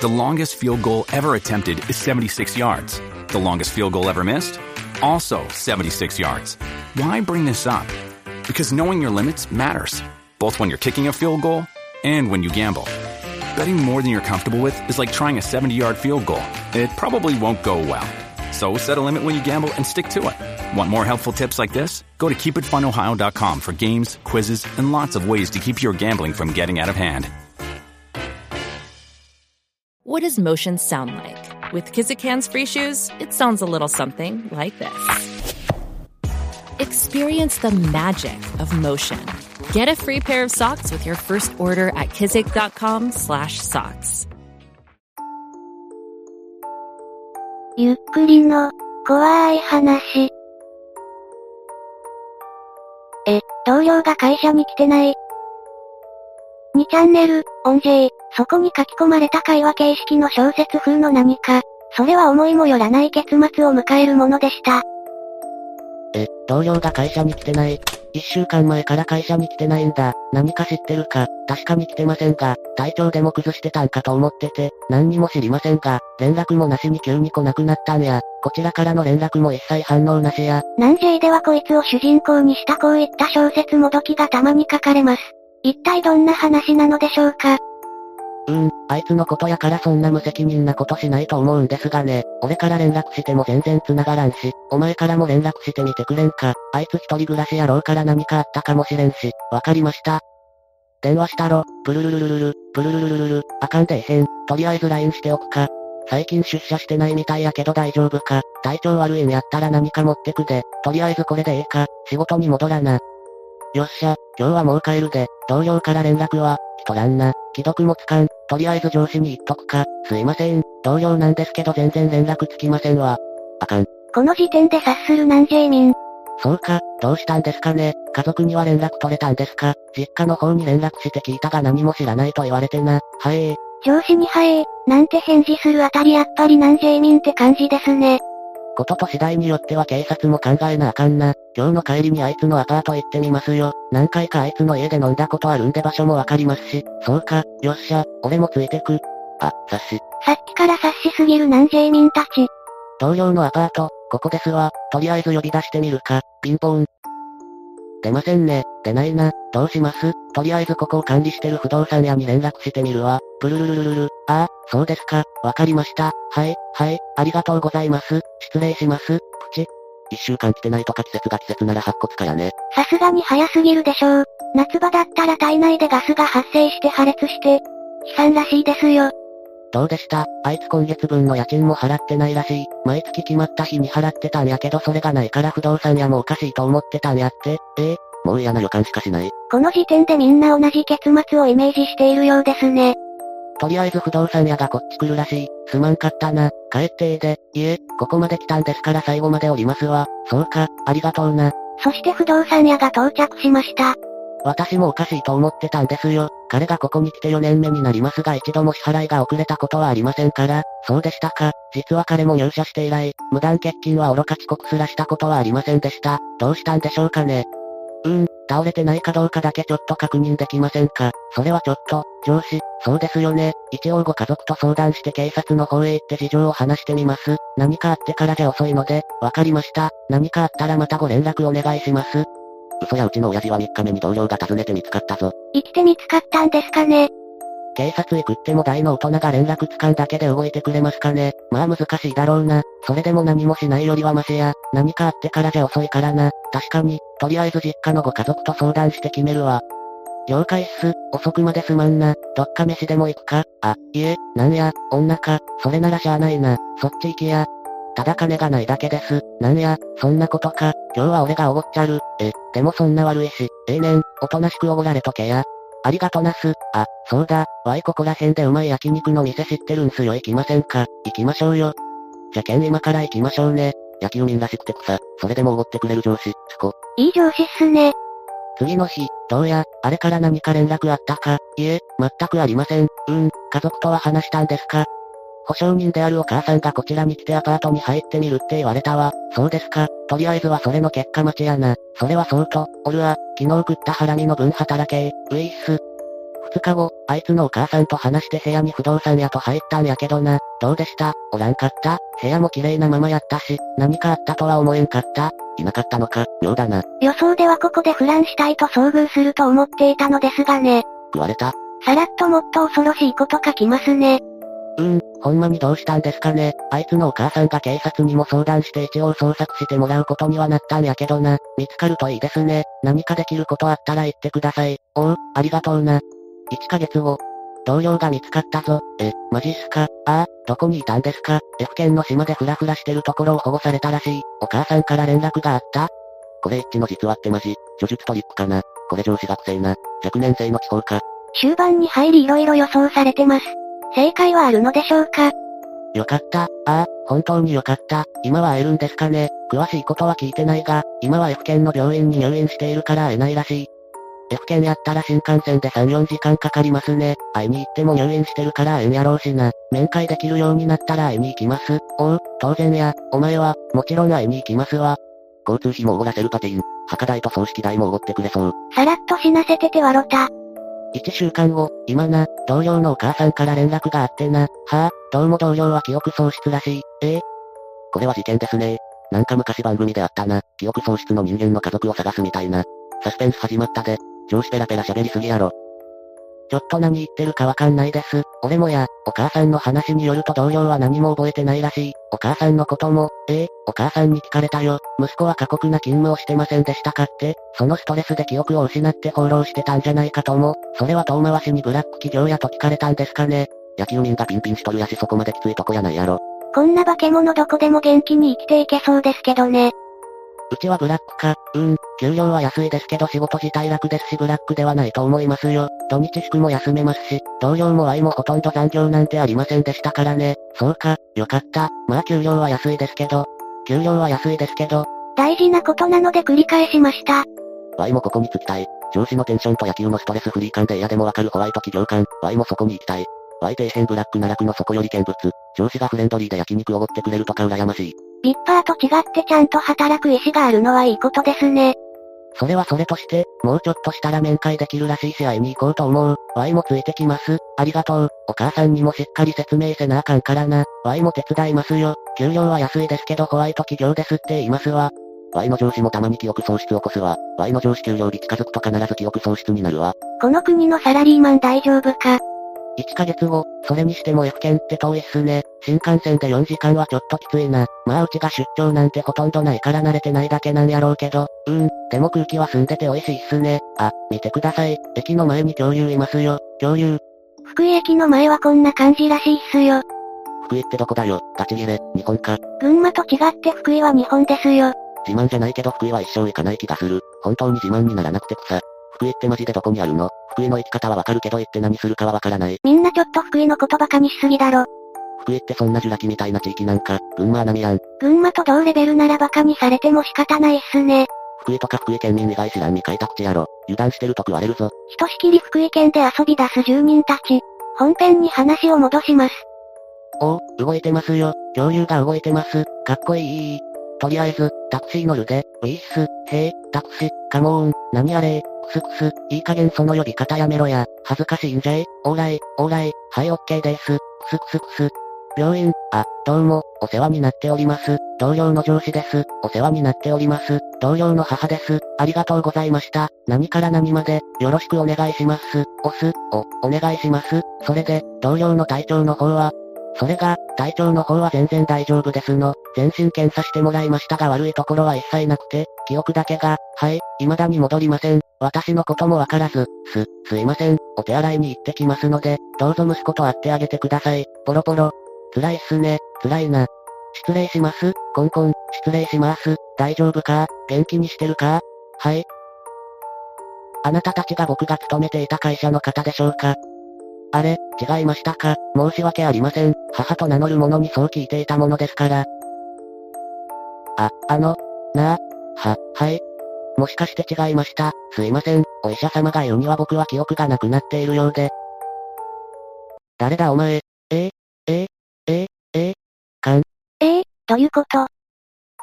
The longest field goal ever attempted is 76 yards. The longest field goal ever missed? Also 76 yards. Why bring this up? Because knowing your limits matters, both when you're kicking a field goal and when you gamble. Betting more than you're comfortable with is like trying a 70-yard field goal. It probably won't go well. So set a limit when you gamble and stick to it. Want more helpful tips like this? Go to keepitfunohio.com for games, quizzes, and lots of ways to keep your gambling from getting out of hand. What does motion sound like? With Kizikans free shoes, it sounds a little something like this. Experience the magic of motion. Get a free pair of socks with your first order at kizik.com/socks. ゆっくりの、怖い話。同僚が会社に来てない。2チャンネル、音 J、そこに書き込まれた会話形式の小説風の何か。それは思いもよらない結末を迎えるものでした。 同僚が会社に来てない。1週間前から会社に来てないんだ。何か知ってるか。確かに来てませんが、体調でも崩してたんかと思ってて、何にも知りませんが、連絡もなしに急に来なくなったんや。こちらからの連絡も一切反応なしや。 南 J ではこいつを主人公にしたこういった小説もどきがたまに書かれます。一体どんな話なのでしょうか。 あいつのことやからそんな無責任なことしないと思うんですがね。俺から連絡しても全然繋がらんし、お前からも連絡してみてくれんか。あいつ一人暮らしやろうから何かあったかもしれんし。わかりました。電話したろ。プルルルルルル、プルルルルルル、あかんでいへん。とりあえず LINE しておくか。最近出社してないみたいやけど大丈夫か。体調悪いんやったら何か持ってくで。とりあえずこれでええか。仕事に戻らな。よっしゃ、今日はもう帰るで。同僚から連絡は、来とらんな。既読もつかん。とりあえず上司に言っとくか。すいません。同僚なんですけど全然連絡つきませんわ。あかん。 この時点で察する南 J 民。 そうか、どうしたんですかね。家族には連絡取れたんですか。実家の方に連絡して聞いたが何も知らないと言われてな。 上司になんて返事するあたりやっぱり南 J 民って感じですね。 ことと次第によっては警察も考えなあかんな。今日の帰りにあいつのアパート行ってみますよ。何回かあいつの家で飲んだことあるんで場所もわかりますし。そうか、よっしゃ、俺もついてく。察し。 さっきから察しすぎる南 J 民たち。 同僚のアパート、ここですわ。とりあえず呼び出してみるか。ピンポーン。出ませんね。出ないな。どうします？とりあえずここを管理してる不動産屋に連絡してみるわ。プルルルルルル。そうですか。わかりました。はい、ありがとうございます。失礼します。プチ。1週間来てないとか季節が季節なら白骨化やね。 さすがに早すぎるでしょう。夏場だったら体内でガスが発生して破裂して、悲惨らしいですよ。 どうでした？あいつ今月分の家賃も払ってないらしい。毎月決まった日に払ってたんやけどそれがないから不動産屋もおかしいと思ってたんやって。もう嫌な予感しかしない。 この時点でみんな同じ結末をイメージしているようですね。 とりあえず不動産屋がこっち来るらしい。すまんかったな。帰ってで。ここまで来たんですから最後まで降りますわ。そうか、ありがとうな。 そして不動産屋が到着しました。 私もおかしいと思ってたんですよ。彼がここに来て4年目になりますが一度も支払いが遅れたことはありませんから。そうでしたか。実は彼も入社して以来、無断欠勤は愚か遅刻すらしたことはありませんでした。どうしたんでしょうかね。倒れてないかどうかだけちょっと確認できませんか。それはちょっと、上司、そうですよね。一応ご家族と相談して警察の方へ行って事情を話してみます。何かあってからじゃ遅いので、わかりました。何かあったらまたご連絡お願いします。嘘やうちの親父は3日目に同僚が訪ねて見つかったぞ。 生きて見つかったんですかね。 警察行くっても大の大人が連絡つかんだけで動いてくれますかね。まあ難しいだろうな。それでも何もしないよりはマシや。何かあってからじゃ遅いからな。確かに、とりあえず実家のご家族と相談して決めるわ。了解っす。遅くまですまんな。どっか飯でも行くか。なんや、女か。それならしゃあないな。そっち行きや。ただ金がないだけです。なんや、そんなことか。今日は俺がおごっちゃる。でもそんな悪いし。ねん、おとなしくおごられとけや。ありがとなす。そうだ、わいここら辺でうまい焼肉の店知ってるんすよ。行きませんか？行きましょうよ。じゃけん今から行きましょうね。野球民らしくて草。それでもおごってくれる上司、 いい上司っすね。 次の日、どうや、あれから何か連絡あったか？全くありません。家族とは話したんですか？保証人であるお母さんがこちらに来てアパートに入ってみるって言われたわ。そうですか。とりあえずはそれの結果待ちやな。それはそうと、おるわ、昨日食ったハラミの分働けういっす。 2日後、あいつのお母さんと話して部屋に不動産屋と入ったんやけどな。どうでした？おらんかった？部屋も綺麗なままやったし、何かあったとは思えんかった？ いなかったのか、妙だな。 予想ではここでフラン死体と遭遇すると思っていたのですがね。 食われた？ さらっともっと恐ろしいこと書きますね。 ほんまにどうしたんですかね。あいつのお母さんが警察にも相談して一応捜索してもらうことにはなったんやけどな。見つかるといいですね。何かできることあったら言ってください。おう、ありがとうな。1ヶ月後。同僚が見つかったぞ。マジっすか？どこにいたんですか？F 県の島でフラフラしてるところを保護されたらしい。お母さんから連絡があった？ これ一致の実話ってマジ、叙述トリックかな。これ上司学生な、若年性の気候か。 終盤に入り色々予想されてます。正解はあるのでしょうか？ よかった。本当によかった。今は会えるんですかね。詳しいことは聞いてないが、今は F 県の病院に入院しているから会えないらしい。F 県やったら新幹線で3、4時間かかりますね。会いに行っても入院してるから会えんやろうしな。面会できるようになったら会いに行きます。おう、当然や。お前は、もちろん会いに行きますわ。 交通費もおごらせるかていん。墓代と葬式代もおごってくれそう。 さらっと死なせててわろた。 1週間後、今な、同僚のお母さんから連絡があってな。どうも同僚は記憶喪失らしい。 これは事件ですね。なんか昔番組であったな。記憶喪失の人間の家族を探すみたいな。サスペンス始まったで。上司ペラペラ喋りすぎやろ。 ちょっと何言ってるかわかんないです。俺もや、お母さんの話によると同僚は何も覚えてないらしい。お母さんのことも、お母さんに聞かれたよ。息子は過酷な勤務をしてませんでしたかって、そのストレスで記憶を失って放浪してたんじゃないかとも。それは遠回しにブラック企業やと聞かれたんですかね。 野球民がピンピンしとるやしそこまできついとこやないやろ。 こんな化け物どこでも元気に生きていけそうですけどね。 うちはブラックか。給料は安いですけど仕事自体楽ですしブラックではないと思いますよ。土日祝も休めますし、同僚も愛もほとんど残業なんてありませんでしたからね。そうか、よかった。まあ給料は安いですけど。 大事なことなので繰り返しました。 Y もここに着きたい。上司のテンションと野球のストレスフリー感で嫌でもわかるホワイト企業感。Y もそこに行きたい。Y 底辺ブラックな楽の底より見物。上司がフレンドリーで焼肉おごってくれるとか羨ましい。 ビッパーと違ってちゃんと働く意思があるのはいいことですね。 それはそれとして、もうちょっとしたら面会できるらしいし会いに行こうと思う。Y もついてきます。ありがとう。お母さんにもしっかり説明せなあかんからな。Y も手伝いますよ。給料は安いですけどホワイト企業ですって言いますわ。 Y の上司もたまに記憶喪失起こすわ。Y の上司給料日近づくと必ず記憶喪失になるわ。 この国のサラリーマン大丈夫か。 1ヶ月後、それにしても F 県って遠いっすね。新幹線で4時間はちょっときついな。まあうちが出張なんてほとんどないから慣れてないだけなんやろうけど。でも空気は澄んでて美味しいっすね。見てください。駅の前に恐竜いますよ。恐竜。 福井駅の前はこんな感じらしいっすよ。 福井ってどこだよ。ガチ切れ、日本か。 群馬と違って福井は日本ですよ。 自慢じゃないけど福井は一生行かない気がする。本当に自慢にならなくて草。福井ってマジでどこにあるの？福井の行き方はわかるけど行って何するかはわからない。 みんなちょっと福井のことバカにしすぎだろ。 福井ってそんなジュラ紀みたいな地域なんか、群馬は並みやん。 群馬と同レベルならバカにされても仕方ないっすね。 福井とか福井県民以外知らん未開拓地やろ。油断してると食われるぞ。 ひとしきり福井県で遊び出す住人たち。本編に話を戻します。 動いてますよ。恐竜が動いてます。かっこいい。とりあえず、タクシー乗るで、ウィース、タクシー、カモーン、何あれ、クスクス、いい加減その呼び方やめろや、恥ずかしいんじゃい、オーライ、はい、オッケーです、クスクスクス。病院、どうも、お世話になっております。同僚の上司です。お世話になっております。同僚の母です。ありがとうございました。何から何まで、よろしくお願いします。お願いします。それで、同僚の体調の方は、体調の方は全然大丈夫ですの。全身検査してもらいましたが悪いところは一切なくて、記憶だけが、未だに戻りません。私のこともわからず、すいません。お手洗いに行ってきますので、どうぞ息子と会ってあげてください。ポロポロ。辛いっすね、辛いな。失礼します、コンコン、失礼します。大丈夫か？元気にしてるか？はい。あなたたちが僕が勤めていた会社の方でしょうか？あれ、違いましたか？申し訳ありません。母と名乗る者にそう聞いていたものですから。はい。もしかして違いました。すいません。お医者様が言うには僕は記憶がなくなっているようで。誰だお前。 どういうこと？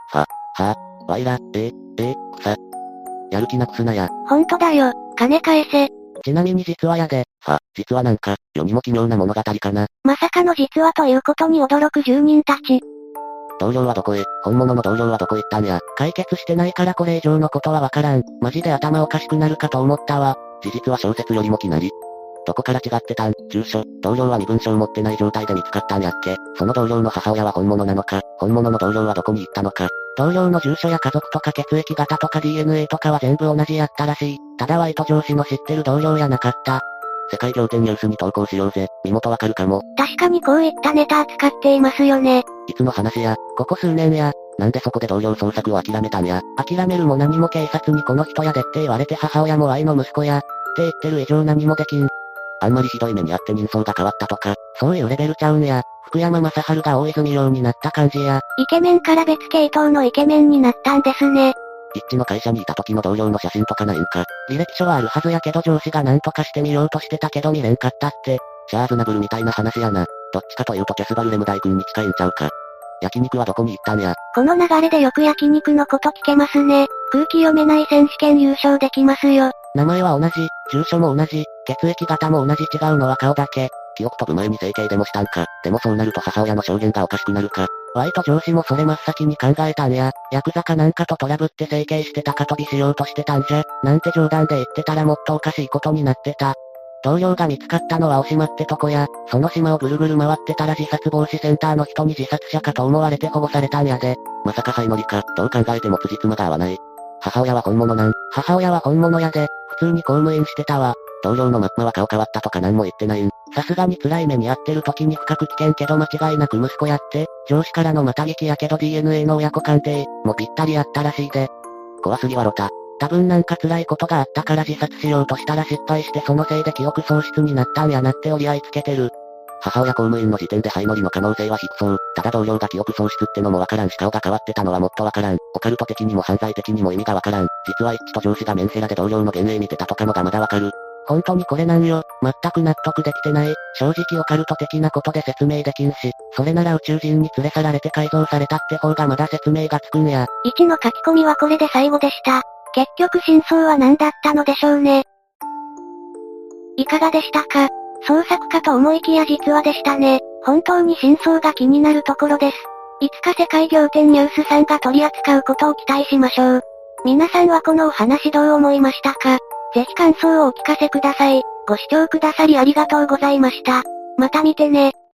わいら、草。やる気なくすなや。 ほんとだよ、金返せ。 ちなみに実話やで。 実はなんか、世にも奇妙な物語かな。 まさかの実話ということに驚く住人たち。 同僚はどこへ、本物の同僚はどこ行ったんや。 解決してないからこれ以上のことはわからん。マジで頭おかしくなるかと思ったわ。 事実は小説よりもきなり。どこから違ってたん？住所、同僚は身分証を持ってない状態で見つかったんやっけ。その同僚の母親は本物なのか、本物の同僚はどこに行ったのか。 同僚の住所や家族とか血液型とか DNA とかは全部同じやったらしい。ただワイト上司の知ってる同僚やなかった。 世界仰天ニュースに投稿しようぜ。身元わかるかも。 確かにこういったネタ扱っていますよね。 いつの話や。 ここ数年や。 なんでそこで同僚捜索を諦めたんや。 諦めるも何も警察にこの人やでって言われて母親もワイの息子や。って言ってる以上何もできん。 あんまりひどい目にあって人相が変わったとか。 そういうレベルちゃうんや。福山雅治が大泉洋になった感じや。 イケメンから別系統のイケメンになったんですね。 一致の会社にいた時の同僚の写真とかないんか。 履歴書はあるはずやけど上司が何とかしてみようとしてたけど見れんかったって。 シャアーズナブルみたいな話やな。どっちかというとキャスバルレム大君に近いんちゃうか。焼肉はどこに行ったんや。 この流れでよく焼肉のこと聞けますね。空気読めない選手権優勝できますよ。 名前は同じ、住所も同じ、血液型も同じ違うのは顔だけ。 記憶飛ぶ前に整形でもしたんか。でもそうなると母親の証言がおかしくなるか。 ワイと上司もそれ真っ先に考えたんや。ヤクザかなんかとトラブって整形して高飛びしようとしてたんじゃ。なんて冗談で言ってたらもっとおかしいことになってた。同僚が見つかったのは大島ってとこや、その島をぐるぐる回ってたら自殺防止センターの人に自殺者かと思われて保護されたんやで。 まさか灰乗りか、どう考えても辻褄が合わない。母親は本物なん？ 母親は本物やで、普通に公務員してたわ。 同僚のマッマは顔変わったとか何も言ってないん。 さすがに辛い目に遭ってる時に深く危険けど間違いなく息子やって、上司からのまた聞きやけど DNA の親子鑑定、もぴったりやったらしいで。 怖すぎわろた。 多分なんか辛いことがあったから自殺しようとしたら失敗してそのせいで記憶喪失になったんやなって折り合いつけてる。 母親公務員の時点で灰乗りの可能性は低そう。ただ同僚が記憶喪失ってのもわからんし顔が変わってたのはもっとわからん。オカルト的にも犯罪的にも意味がわからん。実は一致と上司がメンヘラで同僚の幻影見てたとかのがまだわかる。 本当にこれなんよ。全く納得できてない。正直オカルト的なことで説明できんし、それなら宇宙人に連れ去られて改造されたって方がまだ説明がつくんや。 1の書き込みはこれで最後でした。結局真相は何だったのでしょうね。いかがでしたか？創作かと思いきや実話でしたね。本当に真相が気になるところです。いつか世界仰天ニュースさんが取り扱うことを期待しましょう。皆さんはこのお話どう思いましたか？ぜひ感想をお聞かせください。ご視聴くださりありがとうございました。また見てね。